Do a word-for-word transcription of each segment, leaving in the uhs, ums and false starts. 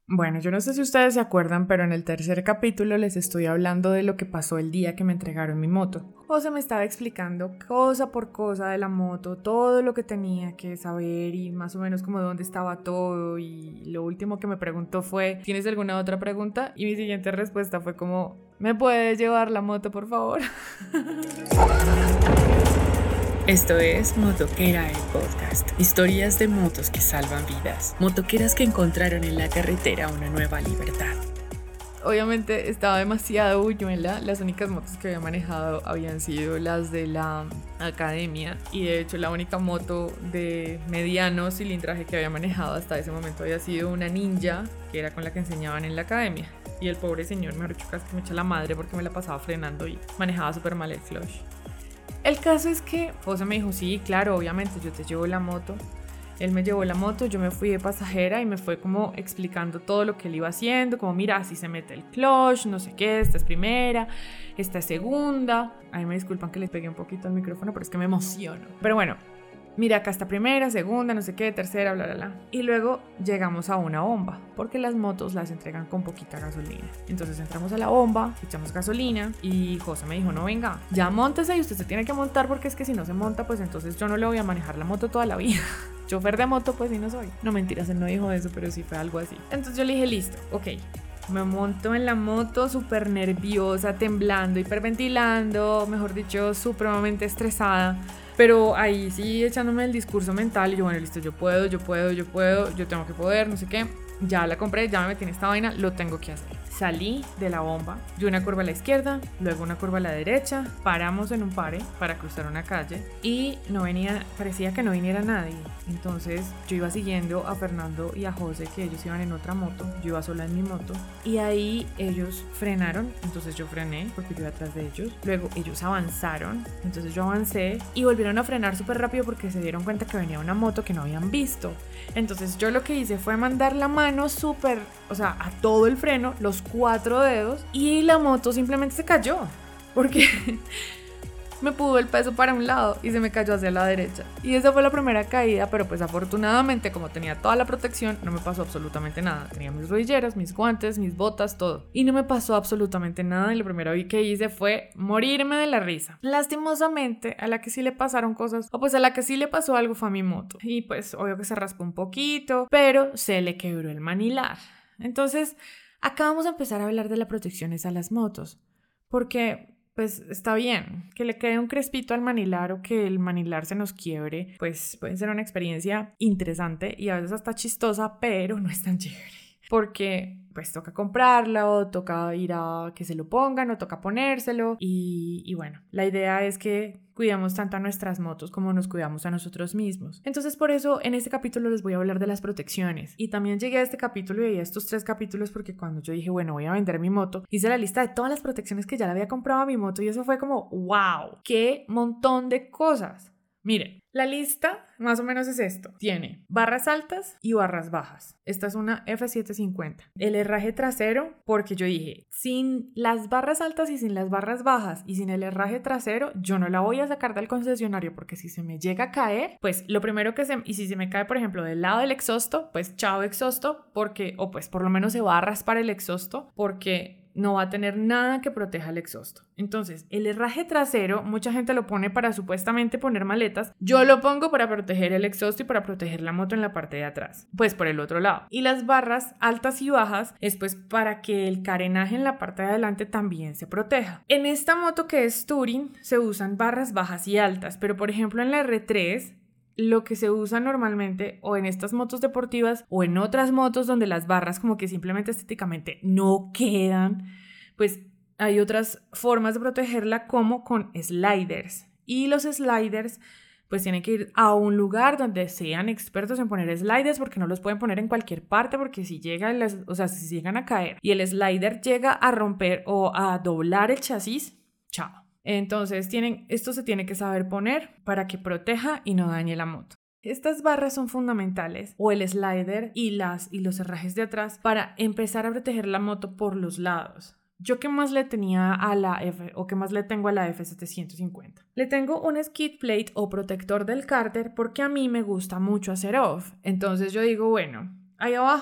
Bueno, yo no sé si ustedes se acuerdan, pero en el tercer capítulo les estoy hablando de lo que pasó el día que me entregaron mi moto. José me estaba explicando cosa por cosa de la moto, todo lo que tenía que saber y más o menos como dónde estaba todo, y lo último que me preguntó fue, ¿tienes alguna otra pregunta? Y mi siguiente respuesta fue como, ¿me puedes llevar la moto, por favor? Esto es Motoquera, el podcast. Historias de motos que salvan vidas. Motoqueras que encontraron en la carretera una nueva libertad. Obviamente estaba demasiado buñuela. Las únicas motos que había manejado habían sido las de la academia. Y de hecho la única moto de mediano cilindraje que había manejado hasta ese momento había sido una Ninja, que era con la que enseñaban en la academia. Y el pobre señor me ha dicho casi que me echa la madre porque me la pasaba frenando y manejaba súper mal el clutch. El caso es que José me dijo, sí, claro, obviamente yo te llevo la moto. Él me llevó la moto, yo me fui de pasajera y me fue como explicando todo lo que él iba haciendo, como mira, así se mete el clutch, no sé qué, esta es primera, esta es segunda. Ay, me disculpan que les pegué un poquito al micrófono, pero es que me emociono. Pero bueno, mira, acá está primera, segunda, no sé qué, tercera, bla, bla, bla. Y luego llegamos a una bomba, porque las motos las entregan con poquita gasolina. Entonces entramos a la bomba, echamos gasolina y José me dijo, no, venga, ya móntese y usted se tiene que montar porque es que si no se monta, pues entonces yo no le voy a manejar la moto toda la vida. Chofer de moto, pues sí no soy. No, mentiras, él no dijo eso, pero sí fue algo así. Entonces yo le dije, listo, ok. Me monto en la moto súper nerviosa, temblando, hiperventilando, mejor dicho, supremamente estresada. Pero ahí sí echándome el discurso mental y yo, bueno, listo, yo puedo, yo puedo, yo puedo, yo tengo que poder, no sé qué. Ya la compré, ya me metí en esta vaina, lo tengo que hacer. Salí de la bomba, di una curva a la izquierda, luego una curva a la derecha, paramos en un pare para cruzar una calle y no venía, parecía que no viniera nadie. Entonces yo iba siguiendo a Fernando y a José, que ellos iban en otra moto, yo iba sola en mi moto, y ahí ellos frenaron, entonces yo frené porque yo iba atrás de ellos. Luego ellos avanzaron, entonces yo avancé y volvieron a frenar súper rápido porque se dieron cuenta que venía una moto que no habían visto. Entonces yo lo que hice fue mandar la mano súper, o sea, a todo el freno, los cuatro dedos, y la moto simplemente se cayó porque me pudo el peso para un lado y se me cayó hacia la derecha. Y esa fue la primera caída, pero pues afortunadamente, como tenía toda la protección, no me pasó absolutamente nada. Tenía mis rodilleras, mis guantes, mis botas, todo. Y no me pasó absolutamente nada y lo primero que hice fue morirme de la risa. Lastimosamente, a la que sí le pasaron cosas, o pues a la que sí le pasó algo fue a mi moto. Y pues obvio que se raspó un poquito, pero se le quebró el manilar. Entonces, acá vamos a empezar a hablar de las protecciones a las motos. Porque pues está bien, que le quede un crespito al manilar o que el manilar se nos quiebre, pues puede ser una experiencia interesante y a veces hasta chistosa, pero no es tan chévere. Porque pues toca comprarla o toca ir a que se lo pongan o toca ponérselo y, y bueno, la idea es que cuidamos tanto a nuestras motos como nos cuidamos a nosotros mismos. Entonces por eso en este capítulo les voy a hablar de las protecciones y también llegué a este capítulo y a estos tres capítulos porque cuando yo dije bueno, voy a vender mi moto, hice la lista de todas las protecciones que ya le había comprado a mi moto y eso fue como wow, qué montón de cosas. Miren, la lista más o menos es esto. Tiene barras altas y barras bajas. Esta es una F setecientos cincuenta. El herraje trasero, porque yo dije, sin las barras altas y sin las barras bajas y sin el herraje trasero, yo no la voy a sacar del concesionario porque si se me llega a caer, pues lo primero que se... Y si se me cae, por ejemplo, del lado del exhausto, pues chao exhausto, porque... O pues por lo menos se va a raspar el exhausto porque no va a tener nada que proteja el exhausto. Entonces, el herraje trasero, mucha gente lo pone para supuestamente poner maletas. Yo lo pongo para proteger el exhausto y para proteger la moto en la parte de atrás, pues por el otro lado. Y las barras altas y bajas es pues para que el carenaje en la parte de adelante también se proteja. En esta moto que es Touring se usan barras bajas y altas, pero por ejemplo en la R tres lo que se usa normalmente o en estas motos deportivas o en otras motos donde las barras como que simplemente estéticamente no quedan, pues hay otras formas de protegerla como con sliders. Y los sliders pues tienen que ir a un lugar donde sean expertos en poner sliders porque no los pueden poner en cualquier parte porque si llegan, las, o sea, si llegan a caer y el slider llega a romper o a doblar el chasis, chao. Entonces, tienen, esto se tiene que saber poner para que proteja y no dañe la moto. Estas barras son fundamentales, o el slider y, las, y los herrajes de atrás, para empezar a proteger la moto por los lados. ¿Yo qué más le tenía a la F, o qué más le tengo a la F setecientos cincuenta? Le tengo un skid plate o protector del cárter porque a mí me gusta mucho hacer off. Entonces yo digo, bueno, ahí abajo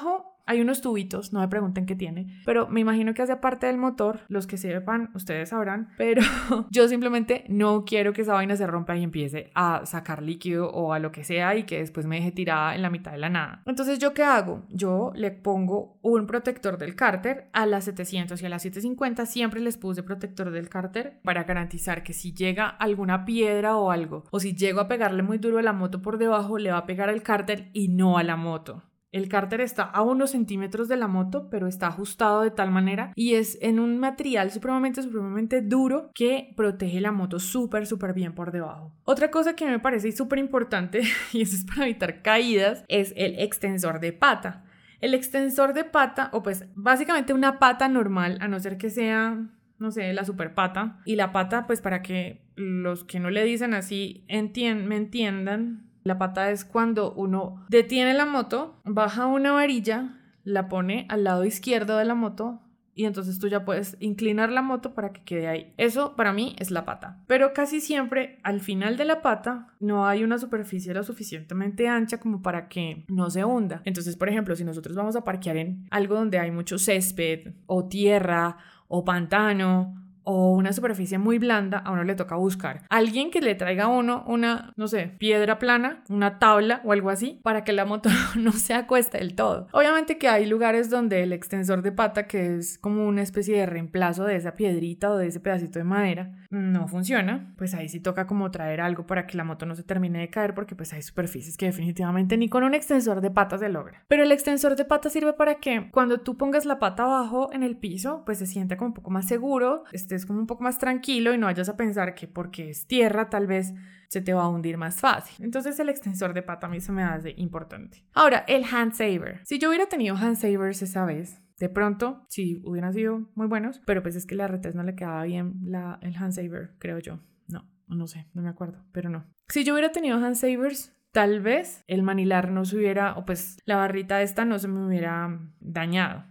hay unos tubitos, no me pregunten qué tiene, pero me imagino que hace parte del motor, los que sepan, ustedes sabrán, pero yo simplemente no quiero que esa vaina se rompa y empiece a sacar líquido o a lo que sea y que después me deje tirada en la mitad de la nada. Entonces, ¿yo qué hago? Yo le pongo un protector del cárter a las setecientos y a las setecientos cincuenta, siempre les puse protector del cárter para garantizar que si llega alguna piedra o algo, o si llego a pegarle muy duro a la moto por debajo, le va a pegar al cárter y no a la moto. El cárter está a unos centímetros de la moto, pero está ajustado de tal manera y es en un material supremamente, supremamente duro que protege la moto súper, súper bien por debajo. Otra cosa que me parece súper importante, y eso es para evitar caídas, es el extensor de pata. El extensor de pata, o pues básicamente una pata normal, a no ser que sea, no sé, la super pata. Y la pata, pues para que los que no le dicen así entien- me entiendan, la pata es cuando uno detiene la moto, baja una varilla, la pone al lado izquierdo de la moto y entonces tú ya puedes inclinar la moto para que quede ahí. Eso para mí es la pata. Pero casi siempre al final de la pata no hay una superficie lo suficientemente ancha como para que no se hunda. Entonces, por ejemplo, si nosotros vamos a parquear en algo donde hay mucho césped o tierra o pantano o una superficie muy blanda, a uno le toca buscar a alguien que le traiga a uno una, no sé, piedra plana, una tabla o algo así, para que la moto no se acueste del todo. Obviamente que hay lugares donde el extensor de pata, que es como una especie de reemplazo de esa piedrita o de ese pedacito de madera, no funciona. Pues ahí sí toca como traer algo para que la moto no se termine de caer, porque pues hay superficies que definitivamente ni con un extensor de pata se logra. Pero el extensor de pata sirve para que cuando tú pongas la pata abajo en el piso, pues se sienta como un poco más seguro, este es como un poco más tranquilo y no vayas a pensar que porque es tierra tal vez se te va a hundir más fácil. Entonces el extensor de pata a mí se me hace importante. Ahora, el hand saver. Si yo hubiera tenido hand savers esa vez, de pronto, sí, hubieran sido muy buenos, pero pues es que la R tres no le quedaba bien la, el hand saver, creo yo. No, no sé, no me acuerdo, pero no. Si yo hubiera tenido hand savers, tal vez el manilar no se hubiera, o pues la barrita esta no se me hubiera dañado.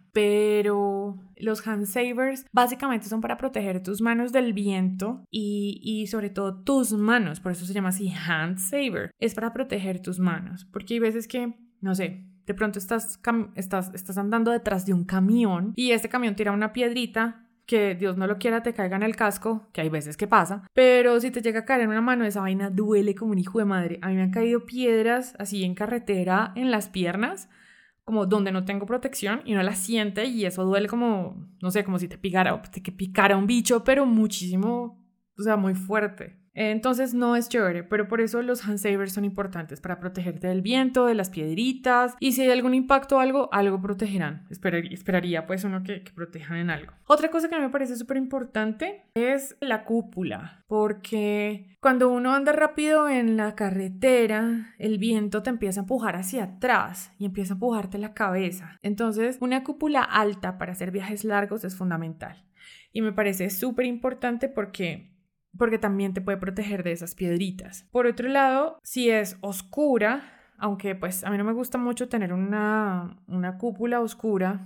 Pero los hand savers básicamente son para proteger tus manos del viento y, y sobre todo tus manos, por eso se llama así hand saver, es para proteger tus manos, porque hay veces que, no sé, de pronto estás, cam- estás, estás andando detrás de un camión y este camión tira una piedrita que Dios no lo quiera te caiga en el casco, que hay veces que pasa, pero si te llega a caer en una mano esa vaina duele como un hijo de madre. A mí me han caído piedras así en carretera en las piernas, como donde no tengo protección y uno la siente y eso duele como, no sé, como si te picara, te picara un bicho, pero muchísimo, o sea, muy fuerte. Entonces no es chévere, pero por eso los hand savers son importantes para protegerte del viento, de las piedritas y si hay algún impacto o algo, algo protegerán. Esperar, esperaría pues uno que, que protejan en algo. Otra cosa que me parece súper importante es la cúpula, porque cuando uno anda rápido en la carretera, el viento te empieza a empujar hacia atrás y empieza a empujarte la cabeza. Entonces una cúpula alta para hacer viajes largos es fundamental y me parece súper importante porque... porque también te puede proteger de esas piedritas. Por otro lado, si es oscura, aunque pues a mí no me gusta mucho tener una, una cúpula oscura,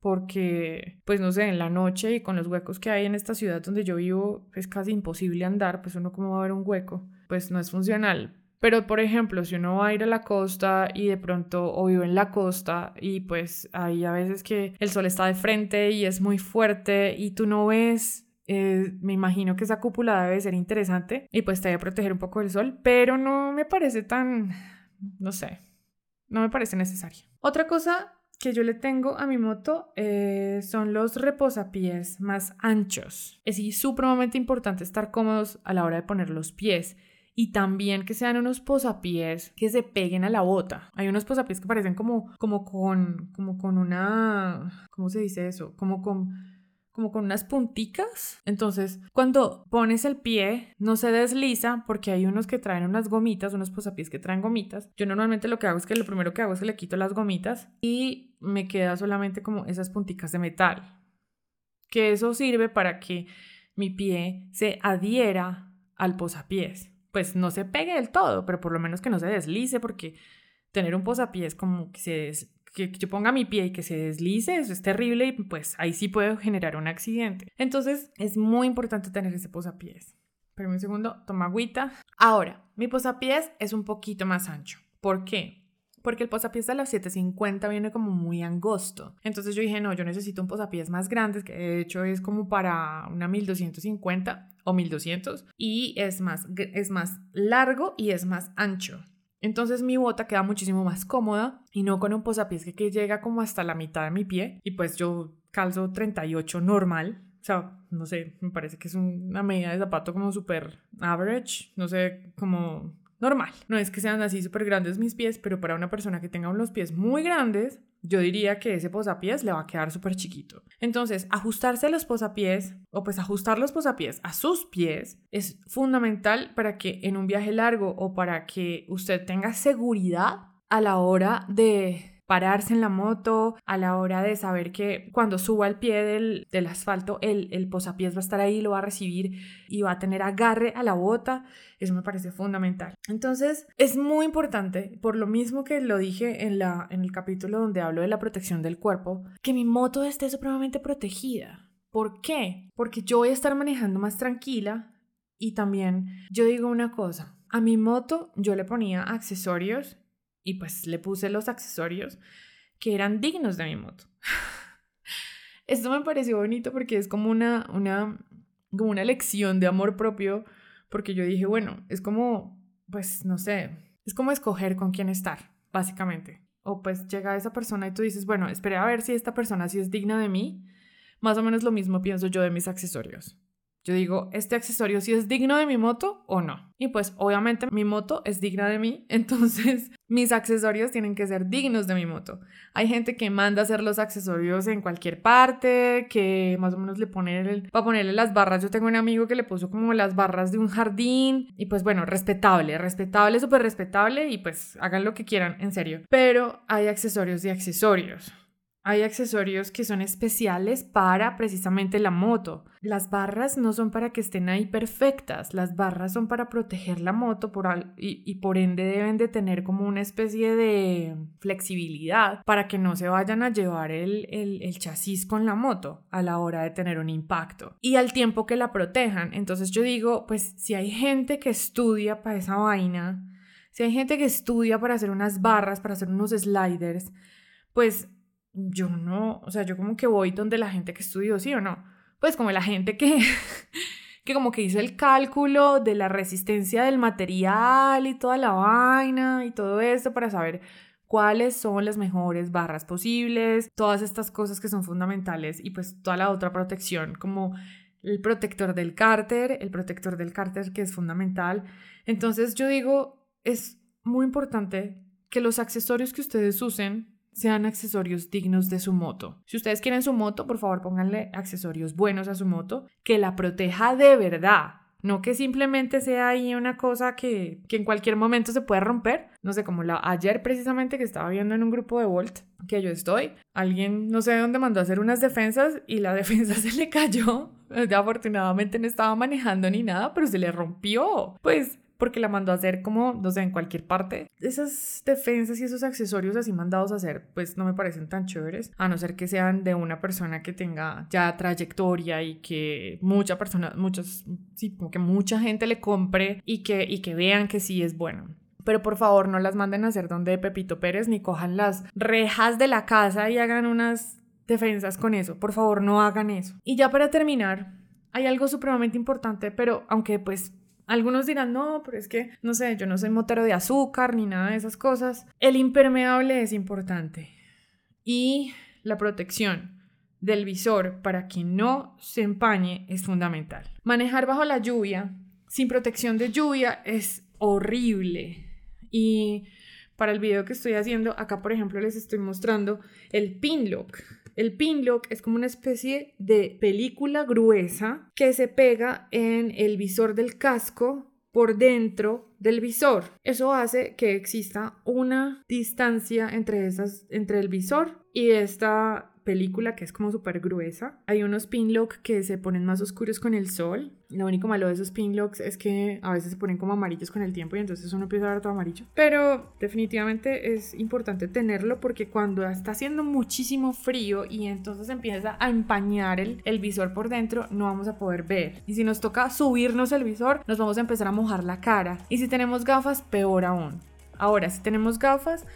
porque pues no sé, en la noche y con los huecos que hay en esta ciudad donde yo vivo es casi imposible andar, pues uno cómo va a ver un hueco, pues no es funcional. Pero por ejemplo, si uno va a ir a la costa y de pronto o vive en la costa y pues hay a veces que el sol está de frente y es muy fuerte y tú no ves... Eh, me imagino que esa cúpula debe ser interesante y pues te debe proteger un poco del sol, pero no me parece tan, no sé, no me parece necesario. Otra cosa que yo le tengo a mi moto eh, son los reposapiés más anchos. Es supremamente importante estar cómodos a la hora de poner los pies y también que sean unos posapiés que se peguen a la bota. Hay unos posapiés que parecen como, como, con, como con una, ¿cómo se dice eso? Como con... como con unas punticas. Entonces, cuando pones el pie, no se desliza porque hay unos que traen unas gomitas, unos posapiés que traen gomitas. Yo normalmente lo que hago es que lo primero que hago es que le quito las gomitas y me queda solamente como esas punticas de metal. Que eso sirve para que mi pie se adhiera al posapiés. Pues no se pegue del todo, pero por lo menos que no se deslice porque tener un posapiés como que se des- que yo ponga mi pie y que se deslice, eso es terrible y pues ahí sí puedo generar un accidente. Entonces es muy importante tener ese posapiés. Espérame un segundo, toma agüita. Ahora, mi posapiés es un poquito más ancho. ¿Por qué? porque el posapiés de las siete cincuenta viene como muy angosto. Entonces yo dije, no, yo necesito un posapiés más grande, que de hecho es como para una mil doscientos cincuenta o mil doscientos, y es más, es más largo y es más ancho. Entonces mi bota queda muchísimo más cómoda y no con un posapiés que, que llega como hasta la mitad de mi pie, y pues yo calzo treinta y ocho normal. O sea, no sé, me parece que es una medida de zapato como súper average, no sé, como normal. No es que sean así súper grandes mis pies, pero para una persona que tenga los pies muy grandes, yo diría que ese posapiés le va a quedar súper chiquito. Entonces, ajustarse los posapiés, o pues ajustar los posapiés a sus pies, es fundamental para que en un viaje largo o para que usted tenga seguridad a la hora de pararse en la moto, a la hora de saber que cuando suba al pie del, del asfalto, el, el posapiés va a estar ahí, lo va a recibir y va a tener agarre a la bota. Eso me parece fundamental. Entonces, es muy importante, por lo mismo que lo dije en, la, en el capítulo donde hablo de la protección del cuerpo, que mi moto esté supremamente protegida. ¿Por qué? Porque yo voy a estar manejando más tranquila, y también yo digo una cosa, a mi moto yo le ponía accesorios y pues le puse los accesorios que eran dignos de mi moto. Esto me pareció bonito porque es como una, una, como una lección de amor propio, porque yo dije, bueno, es como, pues no sé, es como escoger con quién estar, básicamente. O pues llega esa persona y tú dices, bueno, esperé a ver si esta persona sí es digna de mí. Más o menos lo mismo pienso yo de mis accesorios. Yo digo, ¿este accesorio sí es digno de mi moto o no? Y pues obviamente mi moto es digna de mí, entonces mis accesorios tienen que ser dignos de mi moto. Hay gente que manda hacer los accesorios en cualquier parte, que más o menos le pone el, para ponerle las barras. Yo tengo un amigo que le puso como las barras de un jardín, y pues bueno, respetable, respetable, súper respetable, y pues hagan lo que quieran, en serio. Pero hay accesorios de accesorios. Hay accesorios que son especiales para precisamente la moto. Las barras no son para que estén ahí perfectas. Las barras son para proteger la moto por al- y, y por ende deben de tener como una especie de flexibilidad para que no se vayan a llevar el, el, el chasis con la moto a la hora de tener un impacto. Y al tiempo que la protejan. Entonces yo digo, pues si hay gente que estudia para esa vaina, si hay gente que estudia para hacer unas barras, para hacer unos sliders, pues yo no, o sea, yo como que voy donde la gente que estudió, ¿sí o no? Pues como la gente que, que como que hizo el cálculo de la resistencia del material y toda la vaina y todo esto para saber cuáles son las mejores barras posibles, todas estas cosas que son fundamentales, y pues toda la otra protección como el protector del cárter, el protector del cárter que es fundamental. Entonces yo digo, es muy importante que los accesorios que ustedes usen sean accesorios dignos de su moto. Si ustedes quieren su moto, por favor pónganle accesorios buenos a su moto, que la proteja de verdad. No que simplemente sea ahí una cosa que, que en cualquier momento se puede romper. No sé, como la ayer precisamente que estaba viendo en un grupo de Volt que yo estoy, alguien no sé de dónde mandó a hacer unas defensas y la defensa se le cayó. Afortunadamente no estaba manejando ni nada, pero se le rompió. Pues porque la mandó a hacer como, no sé, en cualquier parte. Esas defensas y esos accesorios así mandados a hacer, pues no me parecen tan chéveres, a no ser que sean de una persona que tenga ya trayectoria y que mucha persona, muchos, sí, como que mucha gente le compre y que, y que vean que sí es bueno. Pero por favor no las manden a hacer donde Pepito Pérez, ni cojan las rejas de la casa y hagan unas defensas con eso. Por favor, no hagan eso. Y ya para terminar, hay algo supremamente importante, pero aunque pues algunos dirán, no, pero es que, no sé, yo no soy motero de azúcar ni nada de esas cosas. El impermeable es importante. Y la protección del visor para que no se empañe es fundamental. Manejar bajo la lluvia, sin protección de lluvia, es horrible. Y para el video que estoy haciendo, acá por ejemplo les estoy mostrando el pin lock. El pin lock es como una especie de película gruesa que se pega en el visor del casco por dentro del visor. Eso hace que exista una distancia entre, esas, entre el visor y esta película que es como súper gruesa. Hay unos pin lock que se ponen más oscuros con el sol. Lo único malo de esos pin locks es que a veces se ponen como amarillos con el tiempo y entonces uno empieza a ver todo amarillo. Pero definitivamente es importante tenerlo porque cuando está haciendo muchísimo frío y entonces empieza a empañar el, el visor por dentro, no vamos a poder ver. Y si nos toca subirnos el visor, nos vamos a empezar a mojar la cara. Y si tenemos gafas, peor aún. Ahora, si tenemos gafas,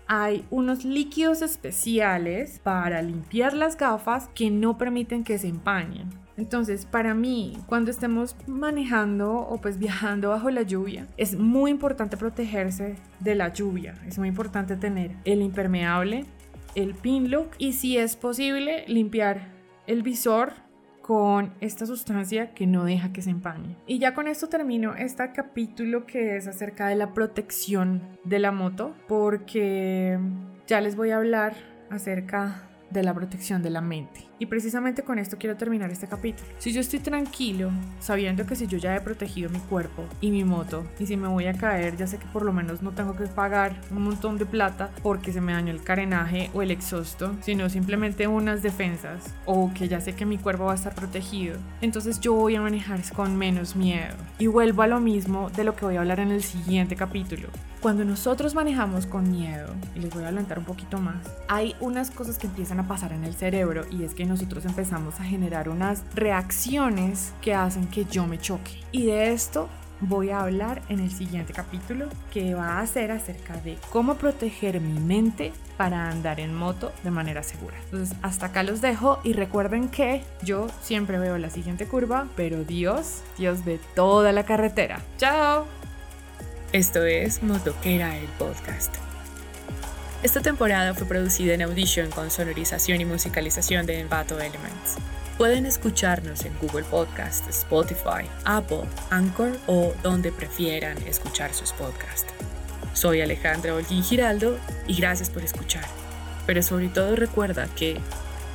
hay unos líquidos especiales para limpiar las gafas que no permiten que se empañen. Entonces, para mí, cuando estemos manejando o pues viajando bajo la lluvia, es muy importante protegerse de la lluvia. Es muy importante tener el impermeable, el pin lock y, si es posible, limpiar el visor con esta sustancia que no deja que se empañe. Y ya con esto termino este capítulo que es acerca de la protección de la moto, porque ya les voy a hablar acerca de la protección de la mente. Y precisamente con esto quiero terminar este capítulo. Si yo estoy tranquilo, sabiendo que si yo ya he protegido mi cuerpo y mi moto, y si me voy a caer, ya sé que por lo menos no tengo que pagar un montón de plata porque se me dañó el carenaje o el exhausto, sino simplemente unas defensas, o que ya sé que mi cuerpo va a estar protegido, entonces yo voy a manejar con menos miedo. Y vuelvo a lo mismo de lo que voy a hablar en el siguiente capítulo. Cuando nosotros manejamos con miedo, y les voy a adelantar un poquito más, hay unas cosas que empiezan a pasar en el cerebro, y es que nosotros empezamos a generar unas reacciones que hacen que yo me choque. Y de esto voy a hablar en el siguiente capítulo, que va a ser acerca de cómo proteger mi mente para andar en moto de manera segura. Entonces, hasta acá los dejo, y recuerden que yo siempre veo la siguiente curva, pero Dios, Dios ve toda la carretera. ¡Chao! Esto es Motoquera, el podcast. Esta temporada fue producida en Audition con sonorización y musicalización de Envato Elements. Pueden escucharnos en Google Podcast, Spotify, Apple, Anchor o donde prefieran escuchar sus podcasts. Soy Alejandra Holguín Giraldo y gracias por escuchar. Pero sobre todo recuerda que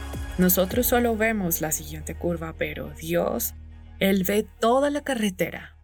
nosotros solo vemos la siguiente curva, pero Dios, Él ve toda la carretera.